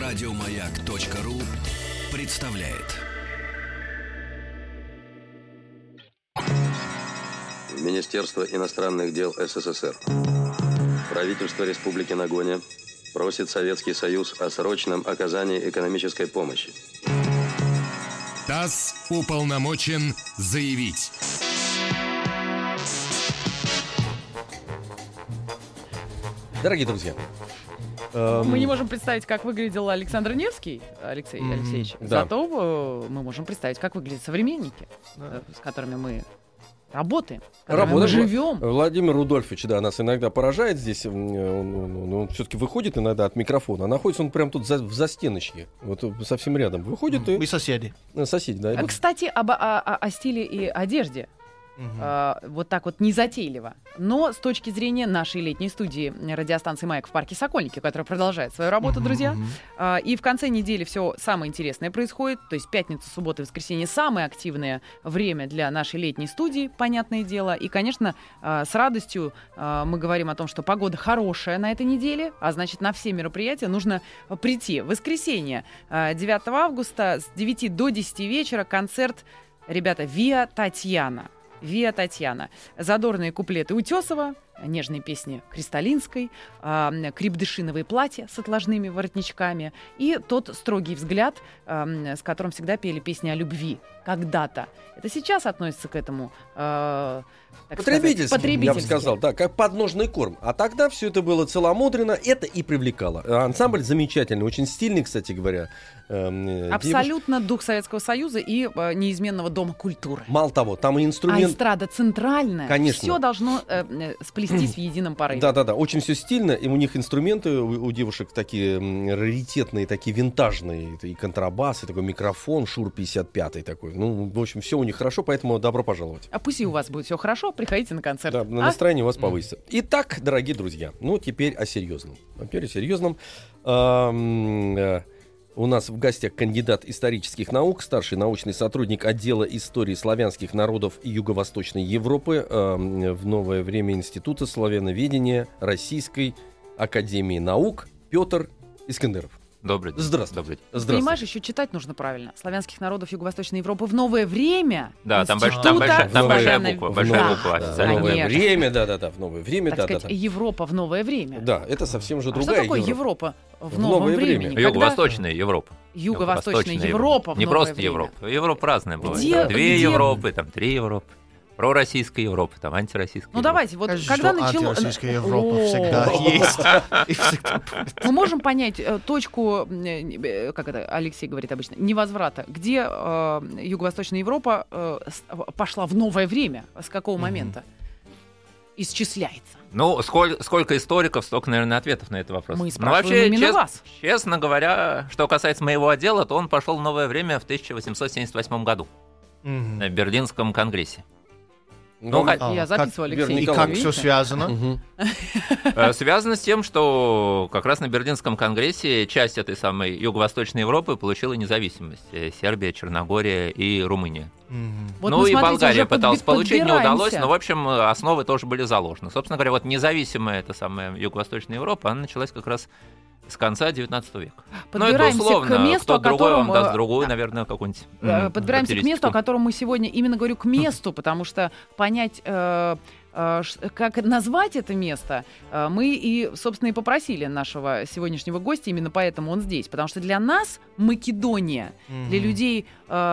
Радиомаяк.ру представляет. Министерство иностранных дел СССР. Правительство Республики Нагоня просит Советский Союз о срочном оказании экономической помощи. ТАСС уполномочен заявить. Дорогие друзья, мы не можем представить, как выглядел Александр Невский, Алексей Алексеевич. Да. Зато мы можем представить, как выглядят современники, с которыми мы работаем, с которыми мы живем. Владимир Рудольфович, да, нас иногда поражает здесь. Он все-таки выходит иногда от микрофона. А находится он прямо тут в застеночке. Вот совсем рядом. Выходит и... Мы соседи. Соседи, да. Кстати, о стиле и одежде. Вот так вот незатейливо. Но с точки зрения нашей летней студии радиостанции «Маяк» в парке Сокольники, которая продолжает свою работу, друзья. И в конце недели все самое интересное происходит. То есть пятница, суббота и воскресенье — самое активное время для нашей летней студии, понятное дело. И, конечно, с радостью мы говорим о том, что погода хорошая на этой неделе, а значит, на все мероприятия нужно прийти. В воскресенье, 9 августа, с 9 до 10 вечера концерт, ребята, «Виа Татьяна». «Виа Татьяна». Задорные куплеты Утесова, нежные песни Кристалинской, крепдышиновые платья с отложными воротничками и тот строгий взгляд, с которым всегда пели песни о любви когда-то. Это сейчас относится к этому потребительски, я бы сказал, да, как подножный корм. А тогда все это было целомудренно, это и привлекало. Ансамбль замечательный, очень стильный, кстати говоря. Абсолютно дух Советского Союза и неизменного Дома культуры. Мало того, там и инструмент... А эстрада центральная. Конечно. Все должно сплестись в едином порыве. Да-да-да, очень все стильно, и у них инструменты у девушек такие раритетные, такие винтажные. И контрабас, и такой микрофон, Шур 55 такой. Ну, в общем, все у них хорошо, поэтому добро пожаловать. А пусть и у вас будет все хорошо, приходите на концерт. Да, настроение у вас повысится. Итак, дорогие друзья, ну теперь о серьезном. У нас в гостях кандидат исторических наук, старший научный сотрудник отдела истории славянских народов и Юго-Восточной Европы в новое время Института славяноведения Российской академии наук Петр Искандеров. Добрый день. Здравствуйте. Понимаешь, еще читать нужно правильно. Славянских народов Юго-Восточной Европы в новое время. Да, там большая буква. В новое время, да, в новое время, так сказать, Европа в новое время. Да, это совсем же другая Что такое Европа в новом времени? Юго-Восточная Европа. Юго-Восточная Европа в не новое просто время. Европа. Европа разная бывает. Где? Две Европы, там 3 Европы. Пророссийская Европа, там антироссийская Ну Европа. давайте, вот Кажется, когда что началось... антироссийская Европа всегда есть. И всегда будет. Мы можем понять точку, как это Алексей говорит обычно, невозврата. Где Юго-Восточная Европа пошла в новое время? С какого момента исчисляется? Ну, сколько историков, столько, наверное, ответов на этот вопрос. Мы спрашиваем именно вас. Честно говоря, что касается моего отдела, то он пошел в новое время в 1878 году на Берлинском конгрессе. Я записываю, Алексей. И как все связано? Связано с тем, что как раз на Берлинском конгрессе часть этой самой Юго-Восточной Европы получила независимость. Сербия, Черногория и Румыния. Вот ну и смотрите, Болгария пыталась получить, не удалось, подбираемся. но, в общем, основы тоже были заложены. Собственно говоря, вот независимая эта самая Юго-Восточная Европа, она началась как раз с конца 19 века. Но это условно, к месту, кто другой вам даст да. другую, наверное, какую-нибудь Подбираемся к месту, о котором мы сегодня именно говорю к месту, потому что понять, как назвать это место, мы и, собственно, и попросили нашего сегодняшнего гостя, именно поэтому он здесь. Потому что для нас Македония, для людей,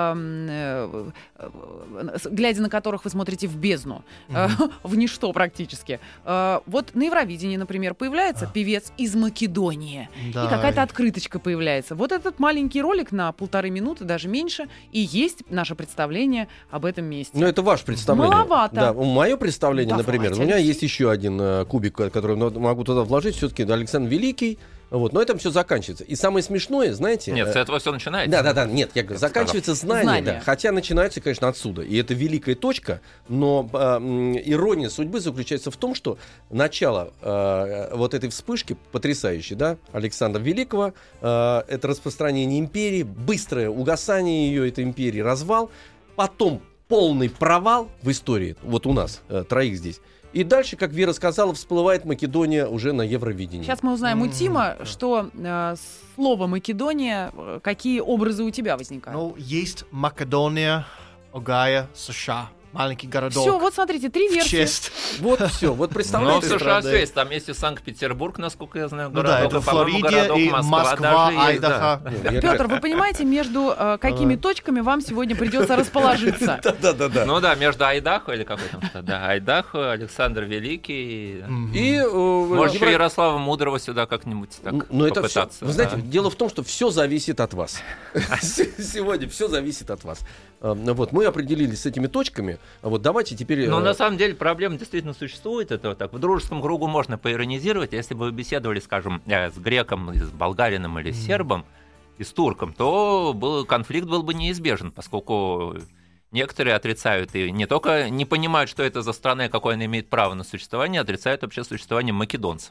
глядя на которых вы смотрите в бездну, в ничто практически. Вот на Евровидении, например, появляется певец из Македонии, и какая-то открыточка появляется. Вот этот маленький ролик на 1,5 минуты, даже меньше, и есть наше представление об этом месте. Ну, это ваше представление. Маловато. Да, мое представление, Давайте, например, у меня есть еще один кубик, который могу туда вложить, все-таки Александр Великий. Вот, но этом все заканчивается. И самое смешное, знаете... Нет, с этого все начинается. Да, нет, я говорю, заканчивается знание, да, хотя начинается, конечно, отсюда. И это великая точка, но ирония судьбы заключается в том, что начало вот этой вспышки потрясающей, да, Александра Великого, это распространение империи, быстрое угасание ее, этой империи, развал, потом полный провал в истории, вот у нас, троих здесь, И дальше, как Вера сказала, всплывает Македония уже на Евровидении. Сейчас мы узнаем у Тима, что слово Македония, какие образы у тебя возникают. Ну, есть Македония, Огайо, США. Маленький городок. Все, вот смотрите, 3 версии. Вот все, вот Но представляете. в США все есть. Там есть и Санкт-Петербург, насколько я знаю, Ну да, это Флориде и Москва, Айдахо. Петр, вы понимаете, между какими точками вам сегодня придется расположиться? Да. Ну да, между Айдахо или какой там штат? Да, Айдахо, Александр Великий. И Может, еще Ярослава Мудрого сюда как-нибудь так попытаться. Вы знаете, дело в том, что все зависит от вас. Сегодня все зависит от вас. Вот, мы определились с этими точками. Вот давайте теперь... Но на самом деле проблема действительно существует. Это вот так. В дружеском кругу можно поиронизировать. Если бы вы беседовали, скажем, с греком, с болгарином или с сербом, и с турком, то конфликт был бы неизбежен, поскольку некоторые отрицают и не только не понимают, что это за страна и какое она имеет право на существование, отрицают вообще существование македонцев.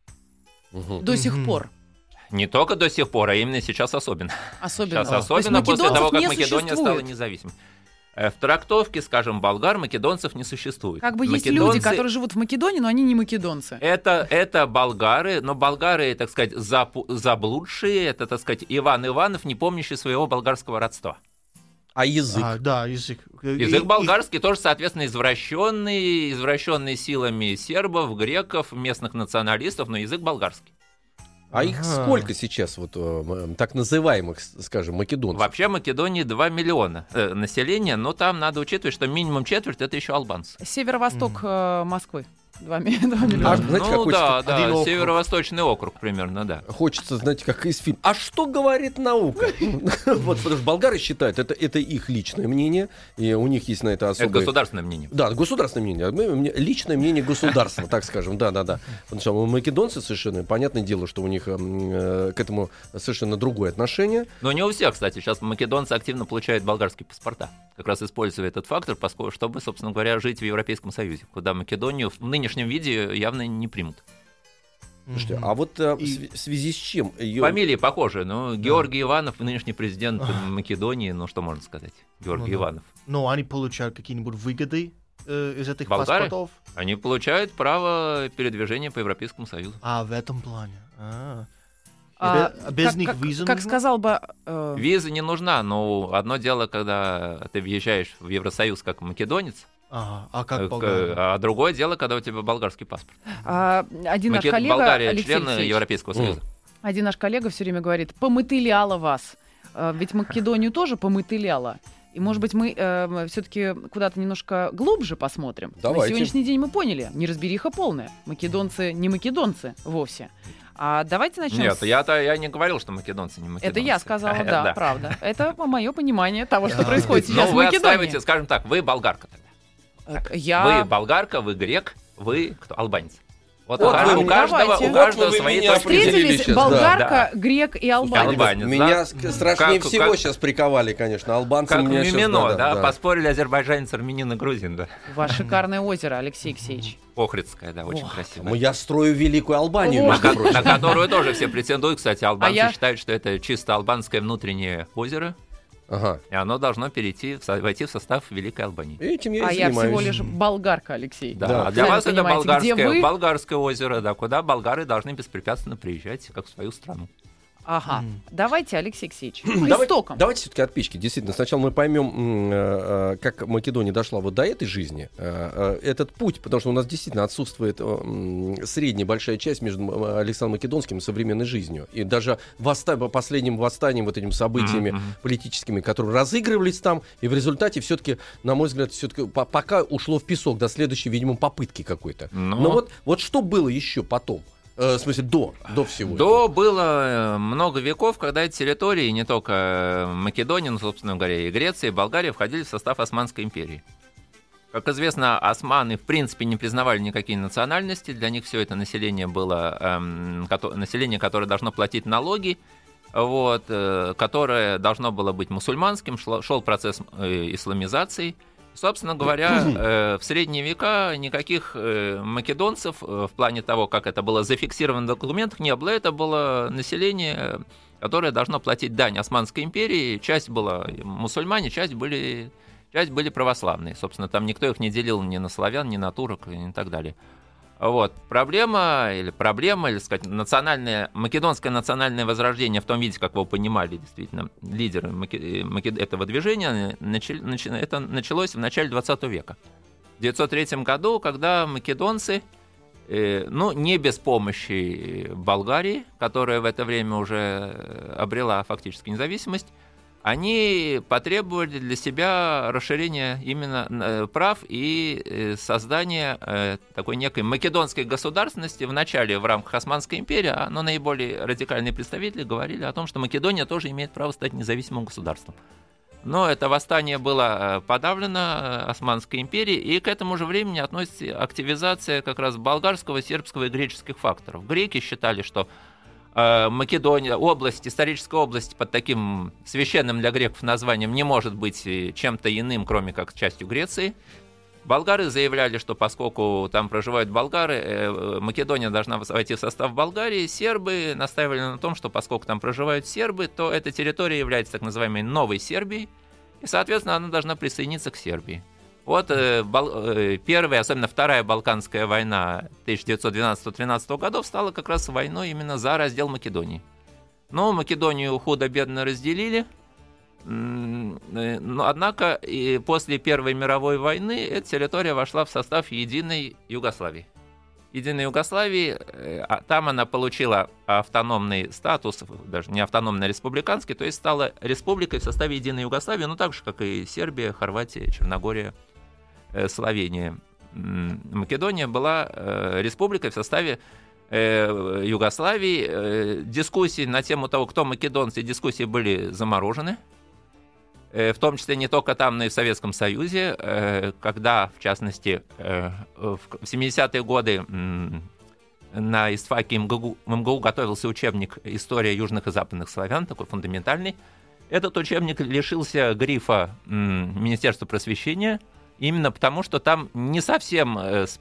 До сих пор. Не только до сих пор, а именно сейчас особенно. Особенно. Сейчас особенно после того, как Македония стала независимой. В трактовке, скажем, болгар македонцев не существует. Как бы есть люди, которые живут в Македонии, но они не македонцы. Это болгары, но болгары, так сказать, заблудшие, это, так сказать, Иван Иванов, не помнящий своего болгарского родства. А язык? Да, язык. Язык болгарский тоже, соответственно, извращенный силами сербов, греков, местных националистов, но язык болгарский. А их сколько сейчас, вот так называемых, скажем, македонцев? Вообще в Македонии 2 миллиона населения, но там надо учитывать, что минимум четверть — это еще албанцы. Северо-восток Москвы. 2 миллиона. Да, северо-восточный округ примерно, да. Хочется, знаете, как из фильма. А что говорит наука? Вот, потому что болгары считают, это их личное мнение, и у них есть на это особое... Это государственное мнение. Да, государственное мнение. Личное мнение государства, так скажем, да. Потому что македонцы совершенно, понятное дело, что у них к этому совершенно другое отношение. Но не у всех, кстати. Сейчас македонцы активно получают болгарские паспорта, как раз используя этот фактор, чтобы, собственно говоря, жить в Европейском Союзе, куда Македонию в нынешнем виде явно не примут. Слушайте, а вот в связи с чем? Фамилии похожи, но Георгий Иванов, нынешний президент Македонии, ну что можно сказать, Георгий Иванов. Ну, они получают какие-нибудь выгоды из этих болгары? паспортов? Они получают право передвижения по Европейскому Союзу. В этом плане. Без них виза как сказал бы... Виза не нужна, но одно дело, когда ты въезжаешь в Евросоюз как македонец, а другое дело, когда у тебя болгарский паспорт. Один наш коллега, Болгария Алексей член Алексеевич, Европейского Союза. Один наш коллега все время говорит, помотыляла вас. Ведь Македонию тоже помотыляла. И, может быть, мы все-таки куда-то немножко глубже посмотрим. Давайте. На сегодняшний день мы поняли, неразбериха полная. Македонцы не македонцы вовсе. А давайте начнем. Нет, я не говорил, что македонцы не македонцы. Это я сказала, да, правда. Это мое понимание того, что происходит сейчас в вы Македонии. отстаиваете, скажем так, вы болгарка тогда. Вы болгарка, вы грек, вы кто? Албанец. Вот у каждого свои точки. Встретились болгарка, грек и албанец. Меня страшнее всего сейчас приковали, конечно, албанцы. Как Мимино, да, поспорили азербайджанец, армянин и грузин, да. Ваше шикарное озеро, Алексей Алексеевич. Охридское, да, очень красиво. Я строю великую Албанию, на которую тоже все претендуют. Кстати, албанцы считают, что это чисто албанское внутреннее озеро. И оно должно войти в состав Великой Албании. Этим я и занимаюсь. Я всего лишь болгарка, Алексей. Да. Для вас это болгарское озеро, да, куда болгары должны беспрепятственно приезжать, как в свою страну. Давайте, Алексей Алексеевич, к истокам. Давайте все-таки от печки. Действительно, сначала мы поймем, как Македония дошла вот до этой жизни. Этот путь, потому что у нас действительно отсутствует средняя большая часть между Александром Македонским и современной жизнью. И даже последним восстанием, вот этими событиями политическими, которые разыгрывались там, и в результате все-таки, на мой взгляд, все-таки пока ушло в песок до следующей, видимо, попытки какой-то. Но вот что было еще потом? В смысле, до всего. До было много веков, когда эти территории, не только Македония, но, собственно говоря, и Греция, и Болгария входили в состав Османской империи. Как известно, османы, в принципе, не признавали никакие национальности. Для них все это население было население, которое должно платить налоги, которое должно было быть мусульманским, шел процесс исламизации. Собственно говоря, в средние века никаких македонцев в плане того, как это было зафиксировано в документах, не было. Это было население, которое должно платить дань Османской империи. Часть была мусульмане, часть были часть были православные. Собственно, там никто их не делил ни на славян, ни на турок, и так далее. Вот. Проблема, или сказать, македонское национальное возрождение в том виде, как вы понимали, действительно, лидеры этого движения, это началось в начале 20 века. В 1903 году, когда македонцы, не без помощи Болгарии, которая в это время уже обрела фактически независимость, они потребовали для себя расширения именно прав и создания такой некой македонской государственности. Вначале в рамках Османской империи, но наиболее радикальные представители говорили о том, что Македония тоже имеет право стать независимым государством. Но это восстание было подавлено Османской империей, и к этому же времени относится активизация как раз болгарского, сербского и греческих факторов. Греки считали, что Македония, историческая область под таким священным для греков названием не может быть чем-то иным, кроме как частью Греции. Болгары заявляли, что поскольку там проживают болгары, Македония должна войти в состав Болгарии. Сербы настаивали на том, что поскольку там проживают сербы, то эта территория является так называемой Новой Сербией, и, соответственно, она должна присоединиться к Сербии. Вот первая, особенно Вторая Балканская война 1912-13 годов стала как раз войной именно за раздел Македонии. Но Македонию худо-бедно разделили, но, однако, и после Первой мировой войны эта территория вошла в состав единой Югославии. Единой Югославии, там она получила автономный статус, даже не автономный, а республиканский, то есть стала республикой в составе единой Югославии, так же, как и Сербия, Хорватия, Черногория, Словения. Македония была республикой в составе Югославии. Дискуссии на тему того, кто македонцы, дискуссии были заморожены. В том числе не только там, но и в Советском Союзе, когда, в частности, в 70-е годы на ИСТФАКе МГУ готовился учебник «История южных и западных славян», такой фундаментальный. Этот учебник лишился грифа Министерства просвещения, именно потому, что там не совсем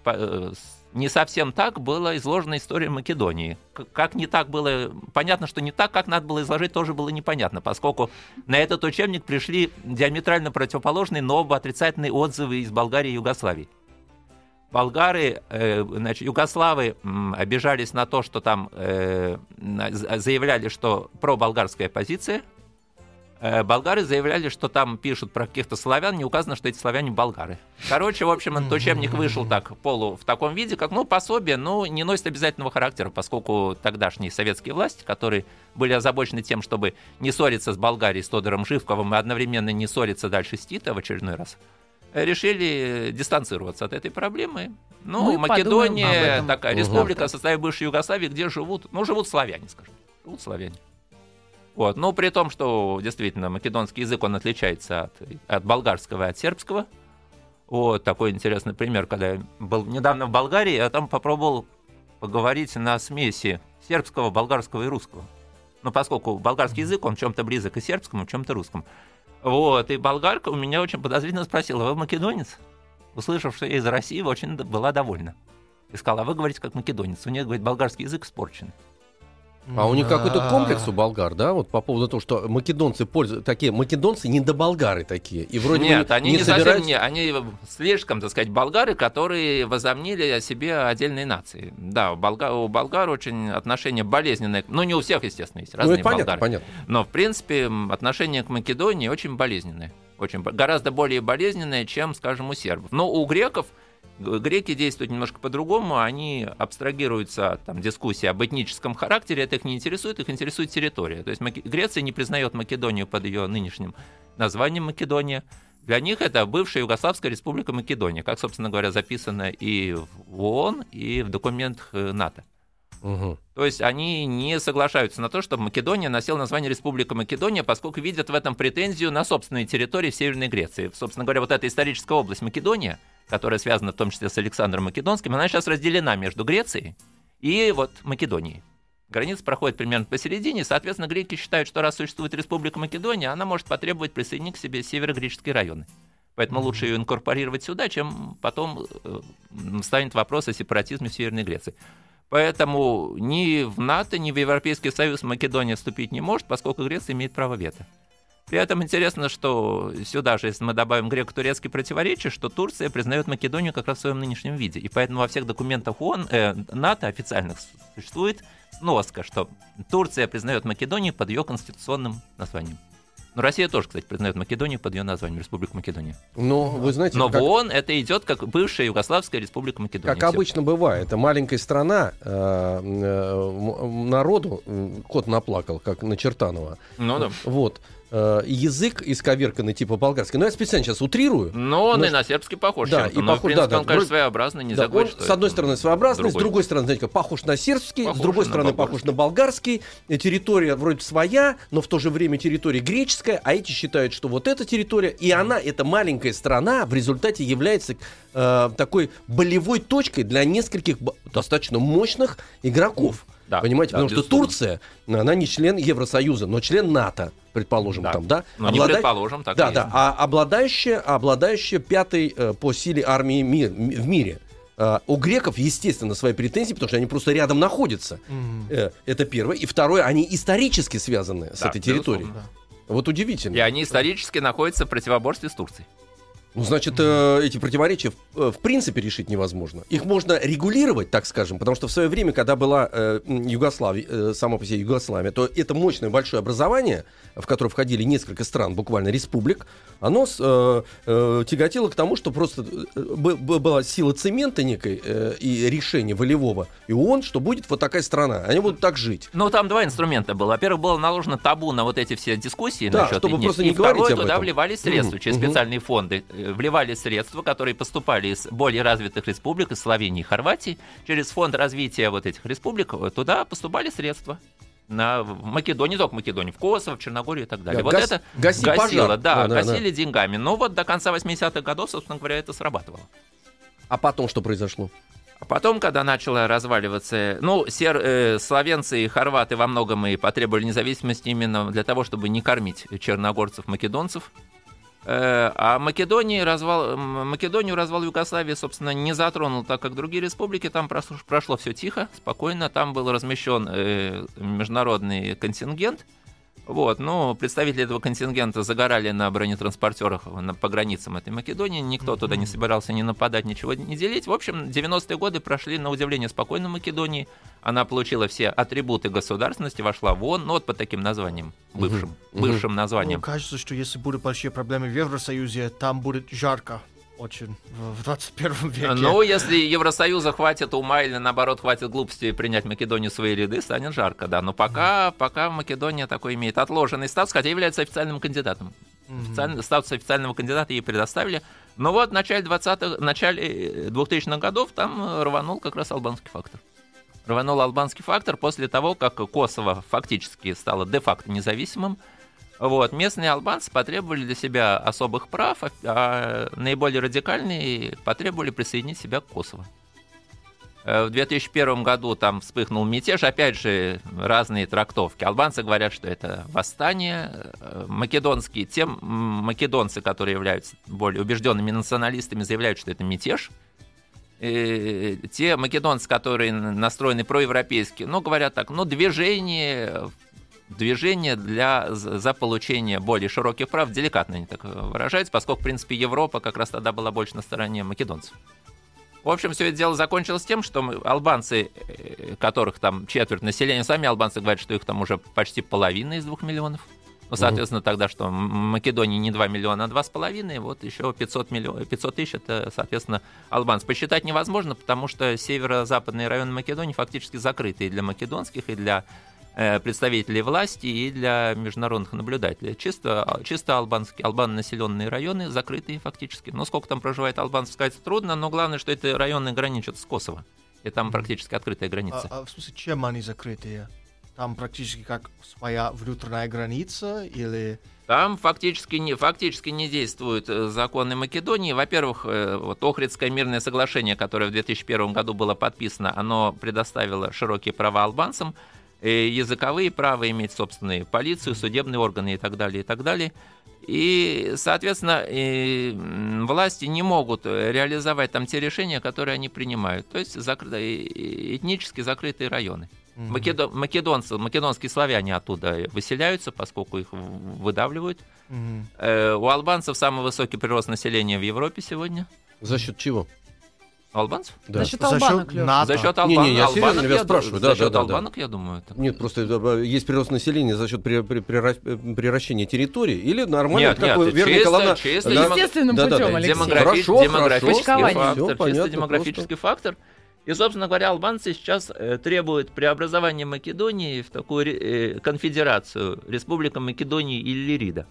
так была изложена история Македонии. Как не так было, понятно, что не так, как надо было изложить, тоже было непонятно, поскольку на этот учебник пришли диаметрально противоположные, но оба отрицательные отзывы из Болгарии и Югославии. Болгары, югославы обижались на то, что там заявляли, что проболгарская позиция. Болгары заявляли, что там пишут про каких-то славян, не указано, что эти славяне болгары. Короче, в общем, этот учебник вышел так, в таком виде, как пособие, но не носит обязательного характера, поскольку тогдашние советские власти, которые были озабочены тем, чтобы не ссориться с Болгарией, с Тодором Живковым, и одновременно не ссориться дальше с Тито в очередной раз, решили дистанцироваться от этой проблемы. Македония, такая республика в составе бывшей Югославии, где живут славяне, скажем. Живут славяне. Вот. При том, что действительно македонский язык, он отличается от болгарского и от сербского. Вот такой интересный пример, когда я был недавно в Болгарии, я там попробовал поговорить на смеси сербского, болгарского и русского. Поскольку болгарский язык, он в чем-то близок и сербскому, и в чем-то русскому. Вот. И болгарка у меня очень подозрительно спросила: вы македонец? Услышав, что я из России, очень была довольна. И сказала: а вы говорите как македонец. У нее, говорит, болгарский язык испорчен. А у них какой-то комплекс у болгар, да, вот по поводу того, что македонцы македонцы недоболгары такие, и вроде нет, они не собираются... они слишком, так сказать, болгары, которые возомнили о себе отдельной нации. Да, у болгар очень отношение болезненное, не у всех, естественно, есть разные болгары. Понятно. Но, в принципе, отношение к Македонии очень болезненное, гораздо более болезненное, чем, скажем, у сербов. Но у греков Греки действуют немножко по-другому, они абстрагируются от дискуссии об этническом характере, это их не интересует, их интересует территория. То есть Греция не признает Македонию под ее нынешним названием Македония. Для них это бывшая Югославская республика Македония, как, собственно говоря, записано и в ООН, и в документах НАТО. Угу. То есть они не соглашаются на то, чтобы Македония носила название Республика Македония, поскольку видят в этом претензию на собственные территории в Северной Греции. Собственно говоря, вот эта историческая область Македония, которая связана в том числе с Александром Македонским, она сейчас разделена между Грецией и Македонией. Граница проходит примерно посередине, соответственно, греки считают, что раз существует Республика Македония, она может потребовать присоединить к себе северогреческие районы. Поэтому лучше ее инкорпорировать сюда, чем потом станет вопрос о сепаратизме в Северной Греции. Поэтому ни в НАТО, ни в Европейский Союз Македония вступить не может, поскольку Греция имеет право вето. При этом интересно, что сюда же, если мы добавим греко-турецкие противоречия, что Турция признает Македонию как раз в своем нынешнем виде. И поэтому во всех документах НАТО официальных существует сноска, что Турция признает Македонию под ее конституционным названием. Но Россия тоже, кстати, признает Македонию под ее названием Республика Македония. Но, вы знаете, но в ООН это идет как бывшая Югославская Республика Македония. Как обычно бывает, это маленькая страна, народу кот наплакал, как на Чертанова. Ну да. Вот. Язык исковерканный типа болгарский. Но я специально сейчас утрирую. Но он и на сербский похож. Да, и похож, в принципе, он, конечно, своеобразный, нельзя говорить, что с одной стороны своеобразный, с другой стороны, знаете, похож на сербский, с другой стороны похож на болгарский. Территория вроде своя, но в то же время территория греческая, а эти считают, что вот эта территория, и она, эта маленькая страна, в результате является такой болевой точкой для нескольких достаточно мощных игроков. Да, понимаете, да, потому что Турция, она не член Евросоюза, но член НАТО, предположим, да. там, да? Ну, не предположим, так да, и да, есть. обладающая пятой по силе армией в мире. У греков, естественно, свои претензии, потому что они просто рядом находятся. Это первое. И второе, они исторически связаны с этой территорией. Да. Вот удивительно. И они исторически находятся в противоборстве с Турцией. Ну, значит, эти противоречия в принципе решить невозможно. Их можно регулировать, так скажем, потому что в свое время, когда была Югославия, сама по себе Югославия, то это мощное большое образование, в которое входили несколько стран, буквально республик, оно тяготило к тому, что просто была сила цемента некой и решения волевого, и ООН, что будет вот такая страна, они будут так жить. Ну, там два инструмента было. Во-первых, было наложено табу на вот эти все дискуссии. Да, чтобы просто не говорить об этом. И второе, туда вливались средства через специальные фонды. Вливали средства, которые поступали из более развитых республик, из Словении и Хорватии. Через фонд развития вот этих республик туда поступали средства. В Македонии, не только в Македонии, в Kosovo, в Черногорию и так далее. Да, вот это гасило, гасили деньгами. Но вот до конца 80-х годов, собственно говоря, это срабатывало. А потом что произошло? А потом, когда начало разваливаться, словенцы и хорваты во многом и потребовали независимости именно для того, чтобы не кормить черногорцев, македонцев. А Македонию развал Югославии, собственно, не затронул, так как другие республики, там прошло все тихо, спокойно, там был размещен международный контингент. Вот, представители этого контингента загорали на бронетранспортерах по границам этой Македонии, никто туда не собирался ни нападать, ничего не делить. В общем, 90-е годы прошли на удивление спокойно в Македонии. Она получила все атрибуты государственности, вошла в ООН, под таким названием, бывшим названием. Кажется, что если будут большие проблемы в Евросоюзе, там будет жарко. Очень в 21 веке. Если Евросоюза хватит ума или, наоборот, хватит глупости принять Македонию в свои ряды, станет жарко, да. Но пока Македония такой имеет отложенный статус, хотя является официальным кандидатом. Статус официального кандидата ей предоставили. Но вот в начале 2000-х годов там рванул как раз албанский фактор. Рванул албанский фактор после того, как Косово фактически стало де-факто независимым. Вот, местные албанцы потребовали для себя особых прав, а наиболее радикальные потребовали присоединить себя к Косово. В 2001 году там вспыхнул мятеж, опять же, разные трактовки. Албанцы говорят, что это восстание. Те македонцы, которые являются более убежденными националистами, заявляют, что это мятеж. Те македонцы, которые настроены проевропейски, говорят так, движение за получение более широких прав, деликатно они так выражаются, поскольку, в принципе, Европа как раз тогда была больше на стороне македонцев. В общем, все это дело закончилось тем, что албанцы, которых там четверть населения, сами албанцы говорят, что их там уже почти половина из 2 миллионов. Соответственно, тогда что в Македонии не 2 миллиона, а 2,5, вот еще 500 тысяч, это, соответственно, албанцы. Посчитать невозможно, потому что северо-западные районы Македонии фактически закрыты и для македонских, и для представителей власти и для международных наблюдателей. Чисто албанонаселенные районы закрытые фактически. Но сколько там проживает албанцев, сказать трудно, но главное, что эти районы граничат с Косово. И там практически открытая граница. В смысле, чем они закрытые? Там практически как своя внутренняя граница или... Там фактически не действуют законы Македонии. Во-первых, вот Охридское мирное соглашение, которое в 2001 году было подписано, оно предоставило широкие права албанцам. Языковые права, иметь собственные полицию, судебные органы и так далее, и так далее. И, соответственно, власти не могут реализовать там те решения, которые они принимают. То есть этнически закрытые районы. Македонские славяне оттуда выселяются, поскольку их выдавливают. У албанцев самый высокий прирост населения в Европе сегодня. За счет чего? Албанцев? Да. За счет албанок, Лёша. За счет я серьезно тебя спрашиваю. За счет албанок, я думаю. Нет, просто есть прирост населения за счет приращения территории или нормально, как Вера Николаевна... Естественным путем, Алексей. Демографический фактор. И, собственно говоря, албанцы сейчас требуют преобразования Македонии в такую конфедерацию, Республика Македонии и Иллирида.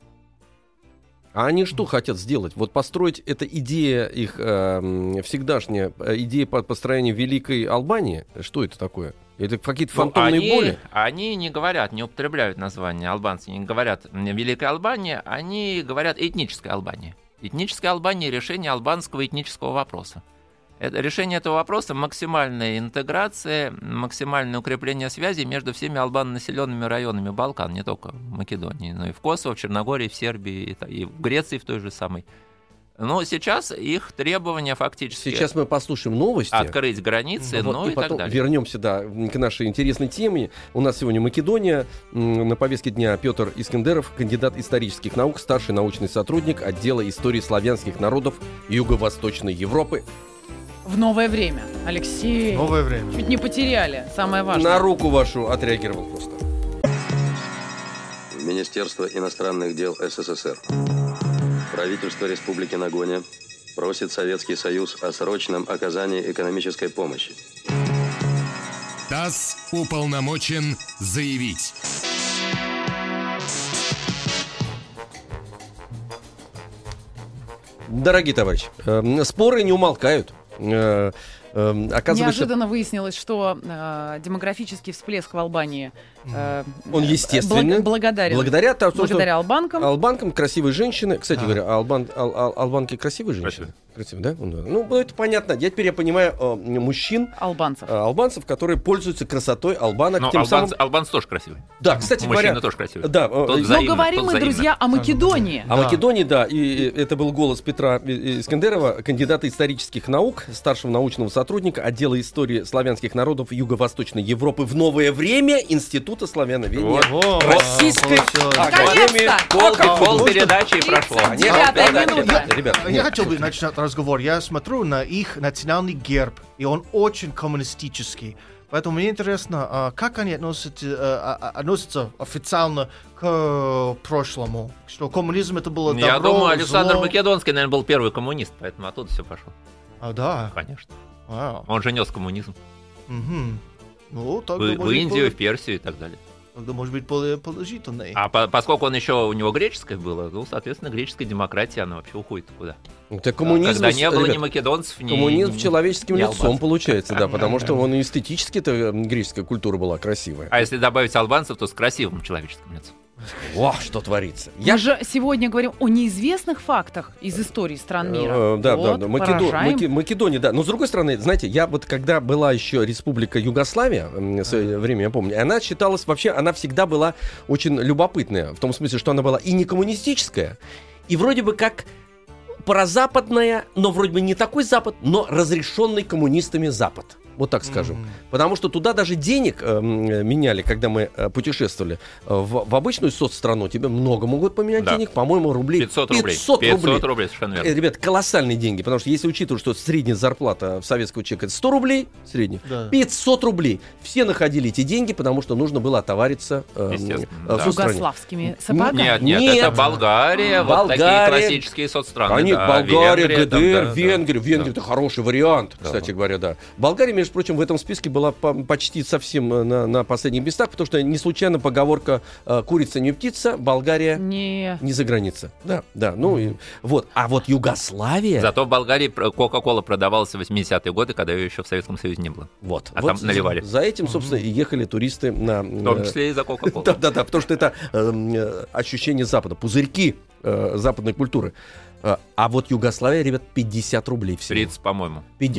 А они что хотят сделать? Вот построить, это идея их всегдашняя, идея построения Великой Албании? Что это такое? Это какие-то фантомные боли? Они не говорят, не употребляют название албанцы, не говорят Великая Албания, они говорят этническая Албания. Этническая Албания — решение албанского этнического вопроса. Решение этого вопроса — максимальная интеграция, максимальное укрепление связей между всеми албанонаселенными районами Балкан, не только в Македонии, но и в Косово, в Черногории, в Сербии, и в Греции в той же самой. Но сейчас их требования фактически... Сейчас мы послушаем новости. Открыть границы, и потом так далее. Вернемся, к нашей интересной теме. У нас сегодня Македония. На повестке дня Петр Искендеров, кандидат исторических наук, старший научный сотрудник отдела истории славянских народов Юго-Восточной Европы. В новое время, Алексей. Новое время. Чуть не потеряли, самое важное. На руку вашу отреагировал просто. Министерство иностранных дел СССР. Правительство Республики Нагоня просит Советский Союз о срочном оказании экономической помощи. ТАСС уполномочен заявить. Дорогие товарищи, споры не умолкают. Неожиданно выяснилось, что демографический всплеск в Албании он естественный. Благодаря албанкам. Албанкам красивые женщины. Кстати говоря, албанки красивые женщины. Красивые, да? Ну, это понятно. Теперь я понимаю мужчин. Албанцев, которые пользуются красотой албанок. Но албанцы тоже красивые. Да, кстати говоря. Мужчины тоже красивые. Да. Но говорим мы, друзья, о Македонии. О Македонии, да. И это был голос Петра Искендерова, кандидата исторических наук, старшего научного сотрудника отдела истории славянских народов Юго-Восточной Европы в новое время Института славяноведения Российской Академии. Пол передачи прошло. Ребят, я хотел бы начать разговор. Я смотрю на их национальный герб, и он очень коммунистический. Поэтому мне интересно, как они относятся официально к прошлому? Что коммунизм это было добро, Я думаю, Александр зло. Македонский, наверное, был первый коммунист, поэтому оттуда все пошло. Да? Конечно. Вау. Он же нес коммунизм. Ну, В Индию, в Персию и так далее. Тогда может быть более положительный. А поскольку он еще у него греческое было, ну, соответственно, греческая демократия, она вообще уходит куда? Это коммунизм, когда не было ни македонцев, ни коммунизм человеческим лицом албанцев. Получается, да, потому что он эстетически-то греческая культура была красивая. А если добавить албанцев, то с красивым человеческим лицом. О, что творится. Мы же сегодня говорим о неизвестных фактах из истории стран мира. Да. Македония, да. Но с другой стороны, знаете, я вот когда была еще Республика Югославия, в свое время, я помню, она считалась вообще, она всегда была очень любопытная, в том смысле, что она была и не коммунистическая, и вроде бы как прозападная, но вроде бы не такой Запад, но разрешенный коммунистами Запад. Вот так скажем. Потому что туда даже денег меняли, когда мы путешествовали. В обычную соцстрану тебе много могут поменять денег. По-моему, рублей 500 рублей. 500 рублей, совершенно верно. Ребят, колоссальные деньги. Потому что если учитывать, что средняя зарплата советского человека это 100 рублей, средняя, 500 рублей. Все находили эти деньги, потому что нужно было отовариться в соцстране. Югославскими сапогами. Нет, это Болгария, вот такие классические соцстраны. Болгария, ГДР, Венгрия. Венгрия это хороший вариант, кстати говоря, да. Болгария, между прочим, в этом списке была почти совсем на последних местах, потому что не случайно поговорка «курица не птица», Болгария не за граница. Да, ну и вот. А вот Югославия... Зато в Болгарии Кока-кола продавалась в 80-е годы, когда ее еще в Советском Союзе не было. Вот. А там наливали. За этим, собственно, и ехали туристы на... В том числе и за Кока-колу. Да, потому что это ощущение Запада, пузырьки западной культуры. А вот Югославия, ребят, 50 рублей всего. 30, по-моему.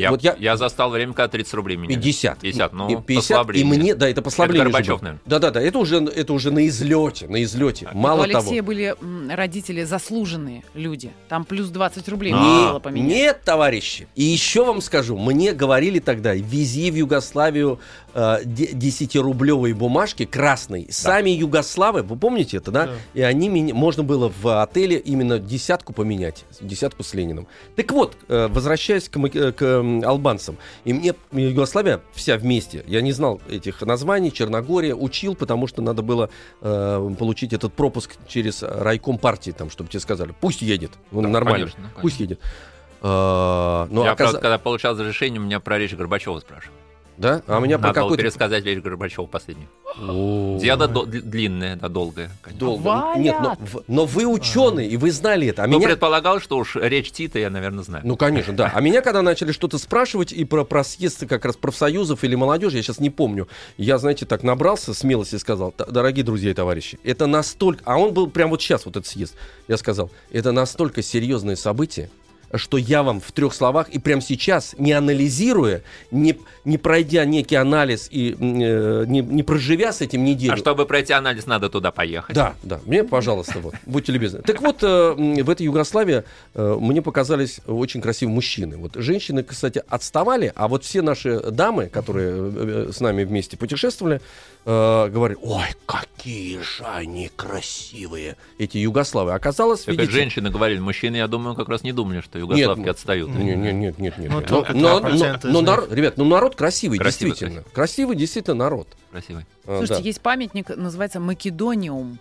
Я застал время, когда 30 рублей меняли. 50. 50, ну, 50, послабление. И мне, да, это послабление. Это Горбачев, наверное. Да, это уже на излете. Мало у Алексея того. были родители заслуженные люди. Там плюс 20 рублей можно было поменять. Нет, товарищи. И еще вам скажу, мне говорили тогда, вези в Югославию 10-рублевые бумажки красные. Сами югославы, вы помните это, да? И они можно было в отеле именно десятку поменять, десятку с Лениным. Так вот, возвращаясь к албанцам, и мне Югославия вся вместе, я не знал этих названий, Черногория, учил, потому что надо было получить этот пропуск через райком партии, там, чтобы тебе сказали, пусть едет, нормально, конечно. Пусть едет. Я, правда, когда получал разрешение, меня про речь Горбачева спрашивали. Да? А меня надо было пересказать речь Горбачева последнюю. Диада длинная, да, долгая. Долго. Нет, но вы ученый, и вы знали это. Предполагал, что уж речь Тита я, наверное, знаю. Ну, конечно, да. А меня, когда начали что-то спрашивать и про съезд как раз профсоюзов или молодежи, я сейчас не помню, я, знаете, так набрался смелости и сказал, дорогие друзья и товарищи, это настолько... А он был прямо вот сейчас, вот этот съезд. Я сказал, это настолько серьезное событие, что я вам в 3 словах и прямо сейчас, не анализируя, не пройдя некий анализ и не проживя с этим неделю. А чтобы пройти анализ, надо туда поехать. Да, мне, пожалуйста, вот, будьте любезны. Так вот, в этой Югославии мне показались очень красивые мужчины. Вот женщины, кстати, отставали, а вот все наши дамы, которые с нами вместе путешествовали, говорили, ой, какие же они красивые, эти югославы. Оказалось, так видите... женщины говорили, мужчины, я думаю, как раз не думали, что югославки отстают. Нет. Но народ, ребят, народ красивый, действительно. Красивый, действительно, народ. Красивый. Слушайте, есть памятник, называется Македониум.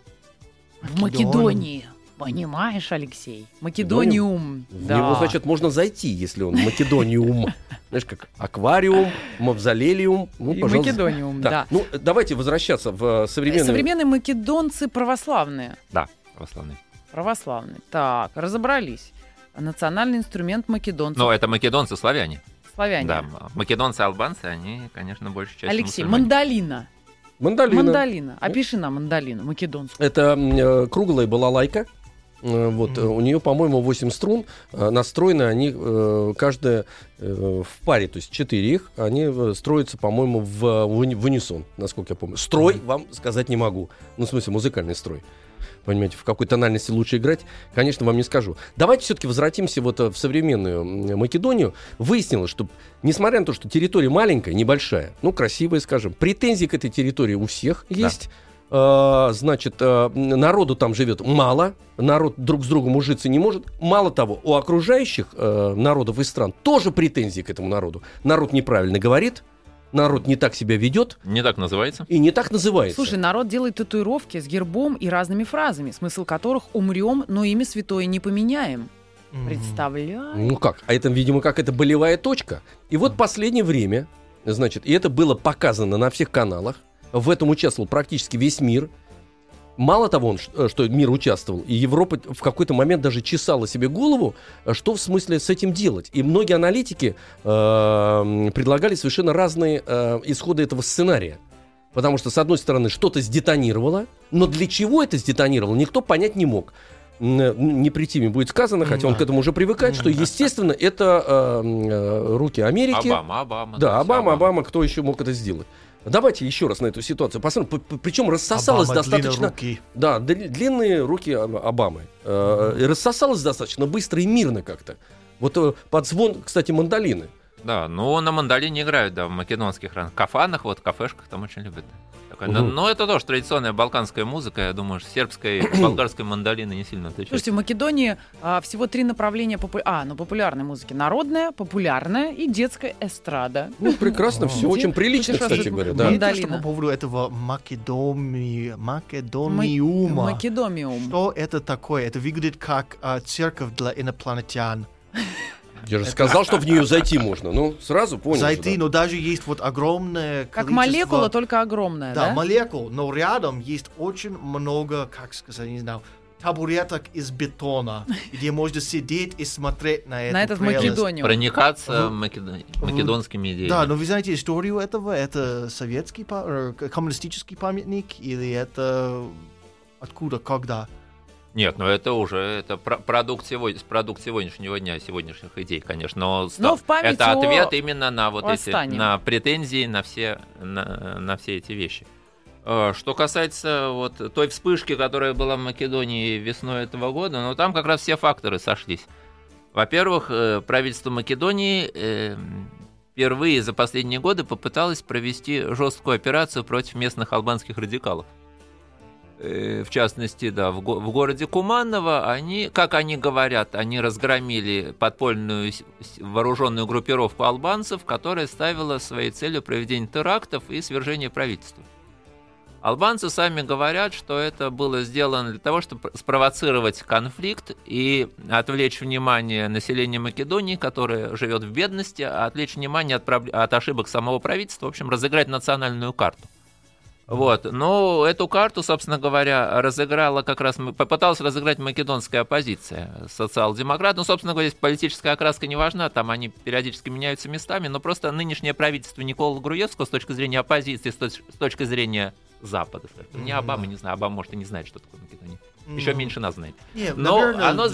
В Македонии. Понимаешь, Алексей? Македониум. В него, значит, можно зайти, если он Македониум. Знаешь, как аквариум, мавзолелиум. И Македониум, да. Ну, давайте возвращаться в современные... Современные македонцы православные. Да, православные. Православные. Так, разобрались. Национальный инструмент македонцев. Но это македонцы, славяне. Славяне. Да, македонцы, албанцы, они, конечно, большей частью Алексей, мусульмане. Мандолина. Опиши нам мандолину македонскую. Это круглая балалайка. Вот, у нее, по-моему, 8 струн. Настроены они каждая в паре, то есть 4 их. Они строятся, по-моему, в унисон, насколько я помню. Строй вам сказать не могу. Ну, в смысле, музыкальный строй. Понимаете, в какой тональности лучше играть, конечно, вам не скажу. Давайте все-таки возвратимся вот в современную Македонию. Выяснилось, что, несмотря на то, что территория маленькая, небольшая, ну, красивая, скажем, претензий к этой территории у всех есть. Значит, народу там живет мало, народ друг с другом ужиться не может. Мало того, у окружающих народов и стран тоже претензии к этому народу. Народ неправильно говорит, народ не так себя ведет. Не так называется. И не так называется. Слушай, народ делает татуировки с гербом и разными фразами, смысл которых «умрем, но имя святое не поменяем». Представляю. Ну как? А это, видимо, как это болевая точка. И вот последнее время, значит, и это было показано на всех каналах, в этом участвовал практически весь мир. Мало того, что мир участвовал, и Европа в какой-то момент даже чесала себе голову, что в смысле с этим делать. И многие аналитики предлагали совершенно разные исходы этого сценария. Потому что, с одной стороны, что-то сдетонировало, но для чего это сдетонировало, никто понять не мог. Не при Тиме будет сказано, хотя он к этому уже привыкает, что, естественно, это руки Америки. Обама. Да, Обама, кто еще мог это сделать? Давайте еще раз на эту ситуацию посмотрим. Причем рассосалось достаточно... Руки. Да, длинные руки Обамы. Рассосалось достаточно быстро и мирно как-то. Вот под звон, кстати, мандолины. Да, ну на мандолине играют, да, в македонских кафанах, вот кафешках там очень любят. Но это тоже традиционная балканская музыка, я думаю, что сербская и болгарская мандолины не сильно отличаются. Слушайте, в Македонии всего 3 направления популярной музыки. Народная, популярная и детская эстрада. Ну, прекрасно, все очень прилично, кстати говоря. Да. Что по поводу этого Македониума. Македомиум. Что это такое? Это выглядит как церковь для инопланетян. Я же сказал, что в нее зайти можно. Ну, сразу понял. Зайти, но даже есть вот огромное количество... Как молекула, только огромная, да? Да, молекул, но рядом есть очень много, как сказать, не знаю, табуреток из бетона, где можно сидеть и смотреть на этот прелесть. Македонию. Проникаться македонскими идеями. Да, но вы знаете историю этого? Это советский, коммунистический памятник? Или это откуда, когда? Нет, ну это уже продукт сегодняшнего дня, сегодняшних идей, конечно. Но в память это ответ именно на вот восстанию. эти на претензии на все эти вещи. Что касается вот той вспышки, которая была в Македонии весной этого года, ну там как раз все факторы сошлись. Во-первых, правительство Македонии впервые за последние годы попыталась провести жесткую операцию против местных албанских радикалов. В частности, да, в городе Куманово они, как они говорят, они разгромили подпольную вооруженную группировку албанцев, которая ставила своей целью проведение терактов и свержение правительства. Албанцы сами говорят, что это было сделано для того, чтобы спровоцировать конфликт и отвлечь внимание населения Македонии, которое живет в бедности, отвлечь внимание от ошибок самого правительства, в общем, разыграть национальную карту. Вот. Но эту карту, собственно говоря, попыталась разыграть македонская оппозиция, социал-демократ. Ну, собственно говоря, здесь политическая окраска не важна, там они периодически меняются местами, но просто нынешнее правительство Николы Груевского с точки зрения оппозиции, с точки зрения Запада, не Обама, не знаю, Обама, может, и не знает, что такое Македония. Еще меньше нас знает. Нет, но наверное, оно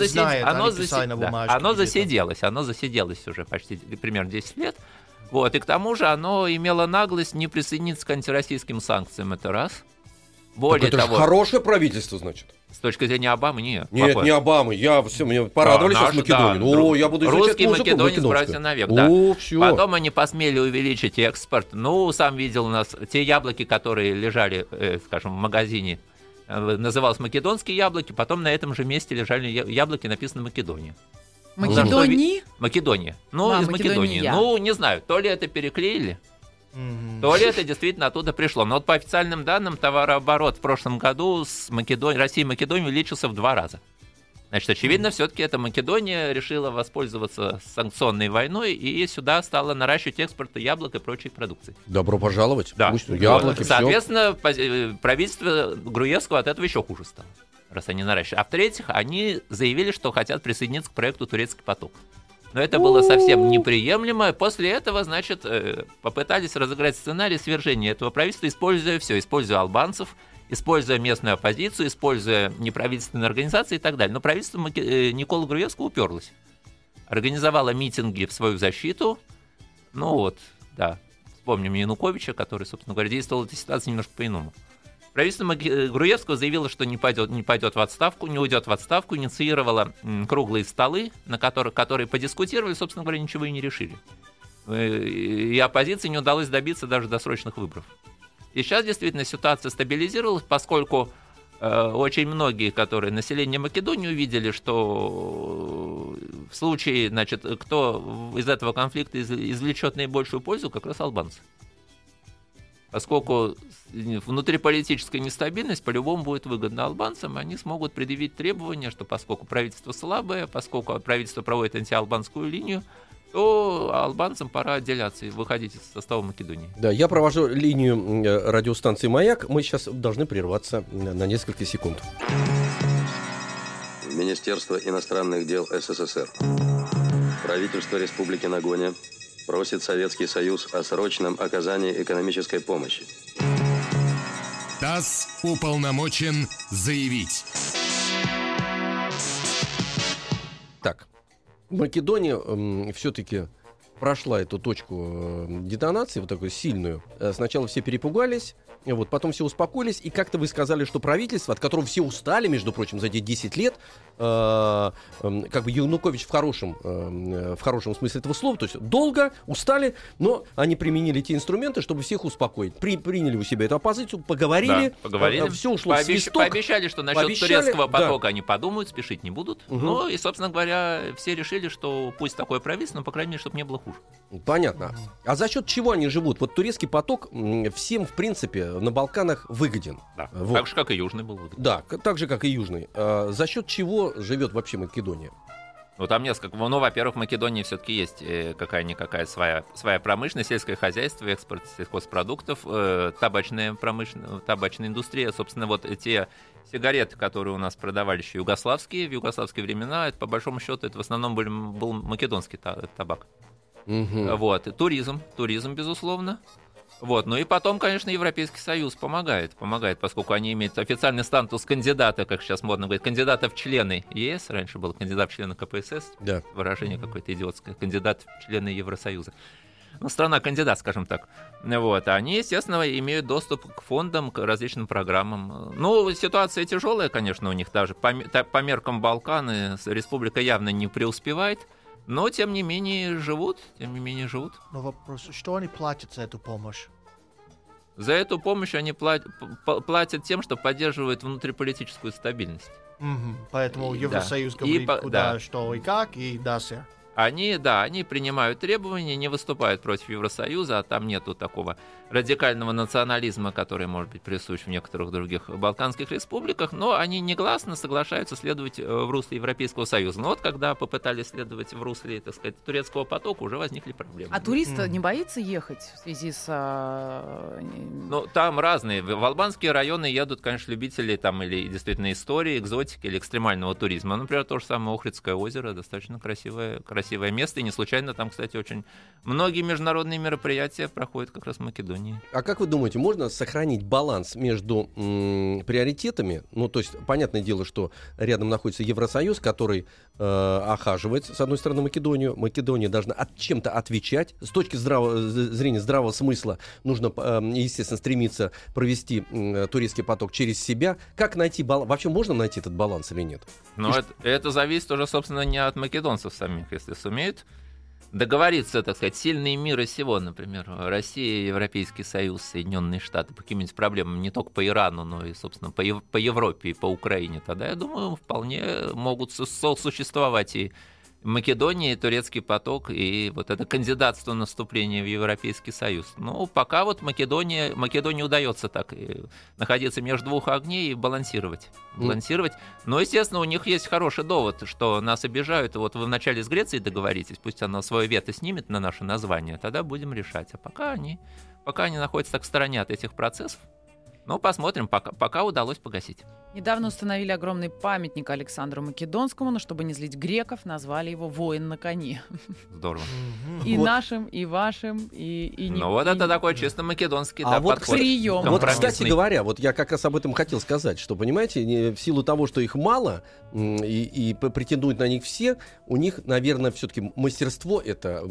засиделось. Оно засиделось уже почти примерно 10 лет. Вот, и к тому же оно имело наглость не присоединиться к антироссийским санкциям, это раз. Более так это того, же хорошее правительство, значит. с точки зрения Обамы, нет. Нет, не Обамы, мне порадовали сейчас в Македонии. Я буду изучать русский музыку македонец братья навек, да. Потом они посмели увеличить экспорт. Ну, сам видел у нас те яблоки, которые лежали, скажем, в магазине, называлось македонские яблоки, потом на этом же месте лежали яблоки, написано Македония. Македонии? Македония. Ну, из Македонии. Ну, не знаю, то ли это переклеили, то ли это действительно оттуда пришло. Но вот по официальным данным, товарооборот в прошлом году с Россией и Македонией увеличился в 2 раза. Значит, очевидно, все-таки эта Македония решила воспользоваться санкционной войной и сюда стала наращивать экспорт яблок и прочей продукции. Добро пожаловать. Да. Пусть яблоки, соответственно, правительство Груевского от этого еще хуже стало, раз они наращивают. А в-третьих, они заявили, что хотят присоединиться к проекту «Турецкий поток». Но это было совсем неприемлемо. После этого, значит, попытались разыграть сценарий свержения этого правительства, используя все. Используя албанцев, используя местную оппозицию, используя неправительственные организации и так далее. Но правительство Николы Груевского уперлось. Организовало митинги в свою защиту. Ну вот, да, вспомним Януковича, который, собственно говоря, действовал в этой ситуации немножко по-иному. Правительство Груевского заявило, что не пойдет в отставку, не уйдет в отставку, инициировало круглые столы, которые подискутировали, собственно говоря, ничего и не решили. И оппозиции не удалось добиться даже досрочных выборов. И сейчас действительно ситуация стабилизировалась, поскольку очень многие, население Македонии, увидели, что в случае, значит, кто из этого конфликта извлечет наибольшую пользу, как раз албанцы. Поскольку внутриполитическая нестабильность по-любому будет выгодна албанцам, они смогут предъявить требования, что поскольку правительство слабое, поскольку правительство проводит антиалбанскую линию, то албанцам пора отделяться и выходить из состава Македонии. Да, я провожу линию радиостанции «Маяк». Мы сейчас должны прерваться на несколько секунд. Министерство иностранных дел СССР. Правительство Республики Нагоня просит Советский Союз о срочном оказании экономической помощи. ТАСС уполномочен заявить. Так, Македония все-таки прошла эту точку детонации, вот такую сильную. Сначала все перепугались, вот, потом все успокоились, и как-то вы сказали, что правительство, от которого все устали, между прочим, за эти 10 лет, как бы Янукович в хорошем смысле этого слова, то есть долго устали, но они применили те инструменты, чтобы всех успокоить. Приняли у себя эту оппозицию, поговорили, все ушло в свисток. Пообещали, что насчет турецкого потока они подумают, спешить не будут. Ну и, собственно говоря, все решили, что пусть такое правительство, но, по крайней мере, чтобы не было хуже. Понятно. А за счет чего они живут? Вот турецкий поток всем, в принципе, на Балканах выгоден. Да. Вот. Так же, как и южный был выгоден. Да, так же, как и южный. За счет чего живет вообще Македония? Ну, там несколько. Ну, во-первых, в Македонии все-таки есть какая-никакая своя промышленность, сельское хозяйство, экспорт сельхозпродуктов, табачная индустрия. Собственно, вот те сигареты, которые у нас продавали еще в югославские времена, это, по большому счету, это в основном был македонский табак. Вот. Туризм, безусловно. Вот. Ну и потом, конечно, Европейский Союз помогает, поскольку они имеют официальный статус кандидата, как сейчас модно говорить, кандидата в члены ЕС, раньше был кандидат в члены КПСС, да. Выражение какое-то идиотское, кандидат в члены Евросоюза. Ну, страна-кандидат, скажем так. Вот. Они, естественно, имеют доступ к фондам, к различным программам. Ну, ситуация тяжелая, конечно, у них даже. По меркам Балканы республика явно не преуспевает. Но, тем не менее, живут. Но вопрос, что они платят за эту помощь? За эту помощь они платят тем, что поддерживают внутриполитическую стабильность. Поэтому Евросоюз говорит, куда, что и как, и все. Они принимают требования, не выступают против Евросоюза, а там нету такого радикального национализма, который может быть присущ в некоторых других балканских республиках, но они негласно соглашаются следовать в русле Европейского Союза. Но вот когда попытались следовать в русле, так сказать, турецкого потока, уже возникли проблемы. А турист не боится ехать в связи с... Ну, там разные. В албанские районы едут, конечно, любители там или действительно истории, экзотики или экстремального туризма. Например, то же самое Охридское озеро, достаточно красивое место. И не случайно там, кстати, очень многие международные мероприятия проходят как раз в Македонии. А как вы думаете, можно сохранить баланс между приоритетами? Ну, то есть, понятное дело, что рядом находится Евросоюз, который охаживает, с одной стороны, Македонию. Македония должна чем-то отвечать. С точки зрения здравого смысла нужно, естественно, стремиться провести турецкий поток через себя. Как найти баланс? Вообще можно найти этот баланс или нет? Ну, это зависит уже, собственно, не от македонцев самих, если сумеют договориться, так сказать, сильные мира сего, например, Россия, Европейский Союз, Соединенные Штаты по каким-нибудь проблемам, не только по Ирану, но и, собственно, по Европе и по Украине, тогда, я думаю, вполне могут сосуществовать и Македония, и турецкий поток, и вот это кандидатство на вступление в Европейский Союз. Ну, пока вот Македонии удается так находиться между двух огней и балансировать. Но, естественно, у них есть хороший довод, что нас обижают. Вот вы вначале с Грецией договоритесь, пусть она свое вето снимет на наше название, тогда будем решать. А пока они находятся так в стороне от этих процессов, ну, посмотрим, пока удалось погасить. Недавно установили огромный памятник Александру Македонскому, но чтобы не злить греков, назвали его «Воин на коне». Здорово. И нашим, и вашим, и не... Ну, вот это такой чисто македонский подход. Прием. Вот, кстати говоря, вот я как раз об этом хотел сказать, что, понимаете, в силу того, что их мало, и претендуют на них все, у них, наверное, все-таки мастерство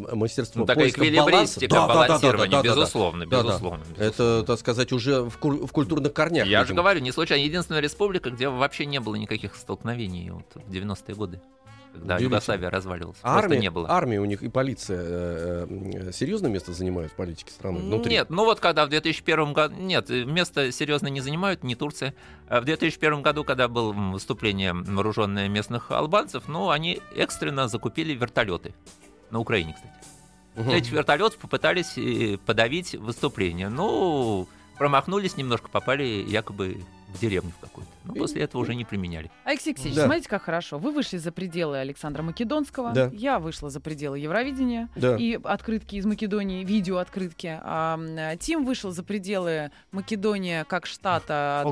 такая эквилибристика, балансирование, безусловно. Это, так сказать, уже в культурных корнях. Я же говорю, не случайно. Единственная республика, где вообще не было никаких столкновений вот, в 90-е годы, когда Югославия разваливалась. Армия у них и полиция серьезное место занимают в политике страны? Внутри? Нет, ну вот когда в 2001 году... Нет, место серьезно не занимают, не Турция. В 2001 году, когда было выступление вооруженное местных албанцев, они экстренно закупили вертолеты. На Украине, кстати. Этих вертолетов попытались подавить выступление. Промахнулись немножко, попали якобы в деревню в какую-то. Но после этого уже не применяли. Алексей Алексеевич, смотрите, как хорошо. Вы вышли за пределы Александра Македонского. Я вышла за пределы Евровидения. И открытки из Македонии, видеооткрытки. Тим вышел за пределы Македонии как штата.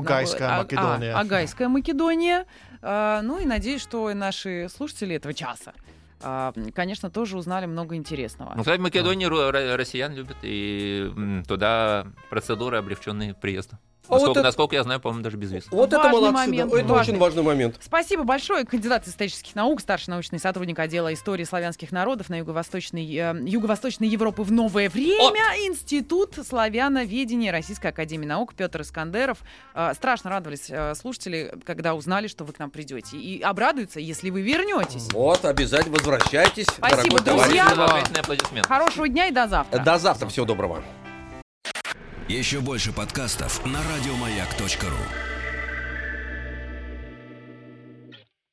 Огайская Македония. И надеюсь, что и наши слушатели этого часа, конечно, тоже узнали много интересного. Кстати, в Македонии россиян любят, и туда процедуры облегченные приезда. Насколько я знаю, по-моему, даже без виз. Вот это молодцы, это очень важный момент. Спасибо большое. Кандидат исторических наук, старший научный сотрудник отдела истории славянских народов на Юго-Восточной Европы в новое время. Институт славяноведения Российской академии наук Петр Искандеров. Страшно радовались слушатели, когда узнали, что вы к нам придете. И обрадуются, если вы вернетесь. Вот, обязательно возвращайтесь. Спасибо, друзья. Хорошего дня и до завтра. До завтра. Всего доброго. Еще больше подкастов на радиомаяк.ру.